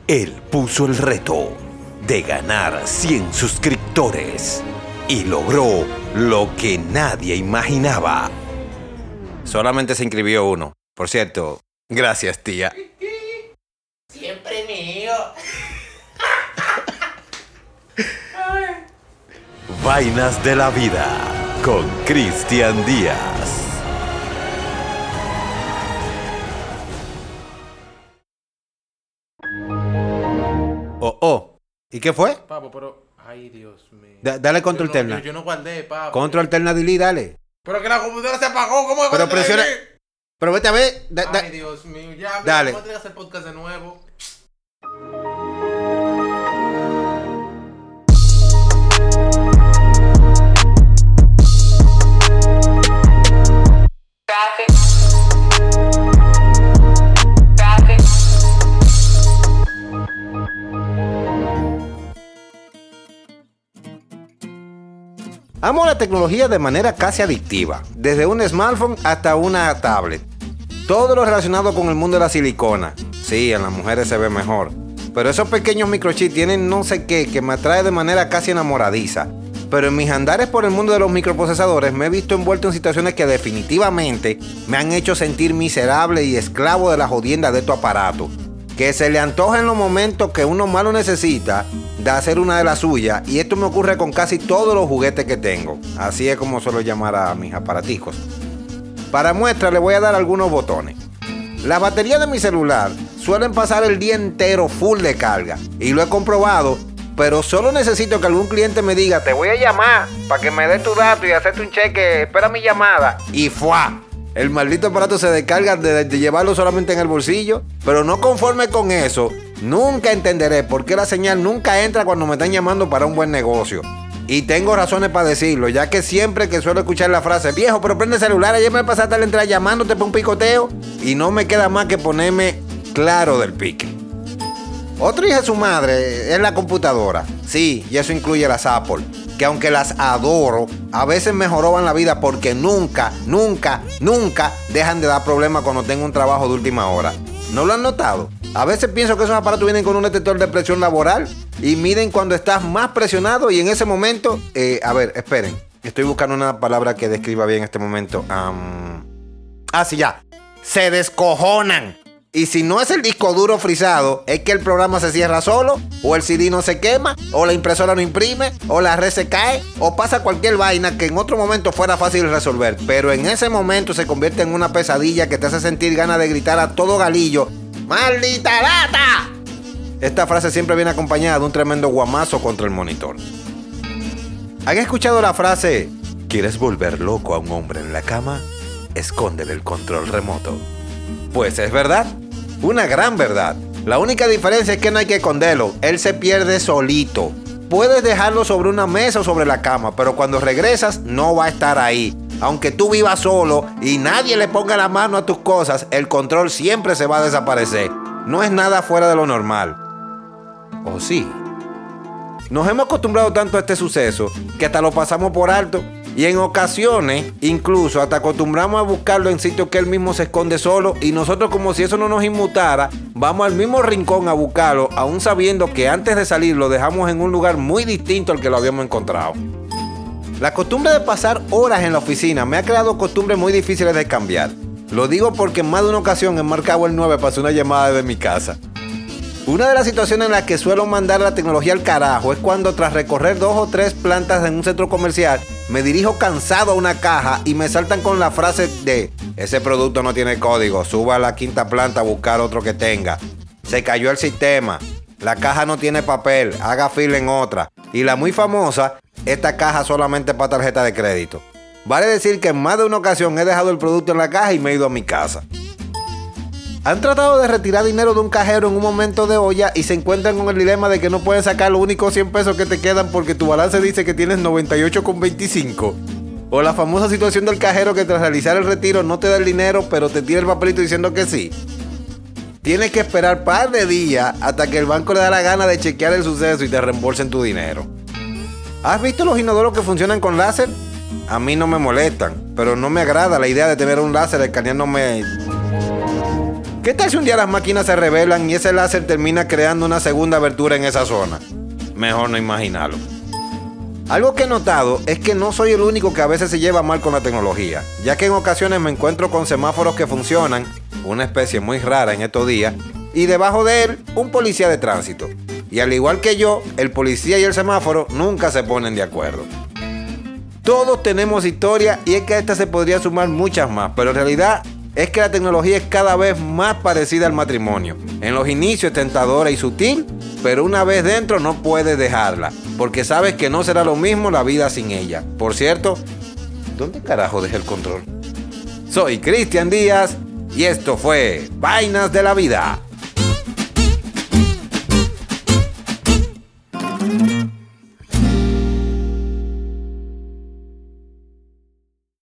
Él puso el reto de ganar 100 suscriptores y logró lo que nadie imaginaba. Solamente se inscribió uno. Por cierto, gracias, tía. Siempre mío. Vainas de la vida con Cristian Díaz. ¿Y qué fue? Papo, pero... Ay, Dios mío. Dale control alterna. Yo no guardé, papo. Control alterna, dale. Pero que la computadora se apagó, ¿cómo es? Pero presiona. Pero vete a ver. Ay, Dios mío. Ya, dale. ¿Cómo tienes que hacer podcast de nuevo? Amo la tecnología de manera casi adictiva, desde un smartphone hasta una tablet. Todo lo relacionado con el mundo de la silicona. Sí, en las mujeres se ve mejor. Pero esos pequeños microchips tienen no sé qué que me atrae de manera casi enamoradiza. Pero en mis andares por el mundo de los microprocesadores me he visto envuelto en situaciones que definitivamente me han hecho sentir miserable y esclavo de la jodienda de estos aparatos. Que se le antoja en los momentos que uno más lo necesita de hacer una de las suyas, y esto me ocurre con casi todos los juguetes que tengo. Así es como suelo llamar a mis aparaticos. Para muestra le voy a dar algunos botones. Las baterías de mi celular suelen pasar el día entero full de carga, y lo he comprobado, pero solo necesito que algún cliente me diga: te voy a llamar para que me dé tu dato y hacerte un cheque, espera mi llamada, y ¡fua! El maldito aparato se descarga de llevarlo solamente en el bolsillo. Pero no conforme con eso, nunca entenderé por qué la señal nunca entra cuando me están llamando para un buen negocio. Y tengo razones para decirlo, ya que siempre que suelo escuchar la frase: viejo, pero prende el celular, ayer me pasaste al entrar llamándote para un picoteo, y no me queda más que ponerme claro del pique. Otro hijo de su madre es la computadora. Sí, y eso incluye las Apple, que aunque las adoro, a veces me joroban la vida porque nunca dejan de dar problemas cuando tengo un trabajo de última hora. ¿No lo han notado? A veces pienso que esos aparatos vienen con un detector de presión laboral y miden cuando estás más presionado, y en ese momento... a ver, esperen. Estoy buscando una palabra que describa bien este momento. Sí, ya. Se descojonan. Y si no es el disco duro frisado, es que el programa se cierra solo, o el CD no se quema, o la impresora no imprime, o la red se cae, o pasa cualquier vaina que en otro momento fuera fácil resolver. Pero en ese momento se convierte en una pesadilla que te hace sentir ganas de gritar a todo galillo: ¡maldita lata! Esta frase siempre viene acompañada de un tremendo guamazo contra el monitor. ¿Han escuchado la frase: ¿quieres volver loco a un hombre en la cama? Escóndele el control remoto? Pues es verdad, una gran verdad. La única diferencia es que no hay que esconderlo, él se pierde solito. Puedes dejarlo sobre una mesa o sobre la cama, pero cuando regresas no va a estar ahí. Aunque tú vivas solo y nadie le ponga la mano a tus cosas, el control siempre se va a desaparecer. No es nada fuera de lo normal. ¿O sí? Nos hemos acostumbrado tanto a este suceso que hasta lo pasamos por alto. Y en ocasiones, incluso hasta acostumbramos a buscarlo en sitios que él mismo se esconde solo, y nosotros, como si eso no nos inmutara, vamos al mismo rincón a buscarlo, aún sabiendo que antes de salir lo dejamos en un lugar muy distinto al que lo habíamos encontrado. La costumbre de pasar horas en la oficina me ha creado costumbres muy difíciles de cambiar. Lo digo porque en más de una ocasión he marcado el 9 para hacer una llamada desde mi casa. Una de las situaciones en las que suelo mandar la tecnología al carajo es cuando, tras recorrer 2 o 3 plantas en un centro comercial, me dirijo cansado a una caja y me saltan con la frase de: ese producto no tiene código, suba a la 5ª planta a buscar otro que tenga. Se cayó el sistema, la caja no tiene papel, haga fila en otra. Y la muy famosa: esta caja solamente para tarjeta de crédito. Vale decir que en más de una ocasión he dejado el producto en la caja y me he ido a mi casa. Han tratado de retirar dinero de un cajero en un momento de olla y se encuentran con el dilema de que no pueden sacar los únicos 100 pesos que te quedan porque tu balance dice que tienes 98,25. O la famosa situación del cajero que tras realizar el retiro no te da el dinero, pero te tira el papelito diciendo que sí. Tienes que esperar par de días hasta que el banco le da la gana de chequear el suceso y te reembolsen tu dinero. ¿Has visto los inodoros que funcionan con láser? A mí no me molestan, pero no me agrada la idea de tener un láser escaneándome ¿Qué tal si un día las máquinas se rebelan y ese láser termina creando una segunda abertura en esa zona? Mejor no imaginarlo. Algo que he notado es que no soy el único que a veces se lleva mal con la tecnología, ya que en ocasiones me encuentro con semáforos que funcionan, una especie muy rara en estos días, y debajo de él un policía de tránsito. Y al igual que yo, el policía y el semáforo nunca se ponen de acuerdo. Todos tenemos historia y es que a esta se podría sumar muchas más, pero en realidad es que la tecnología es cada vez más parecida al matrimonio. En los inicios es tentadora y sutil, pero una vez dentro no puedes dejarla, porque sabes que no será lo mismo la vida sin ella. Por cierto, ¿dónde carajo dejé el control? Soy Cristian Díaz y esto fue Vainas de la Vida.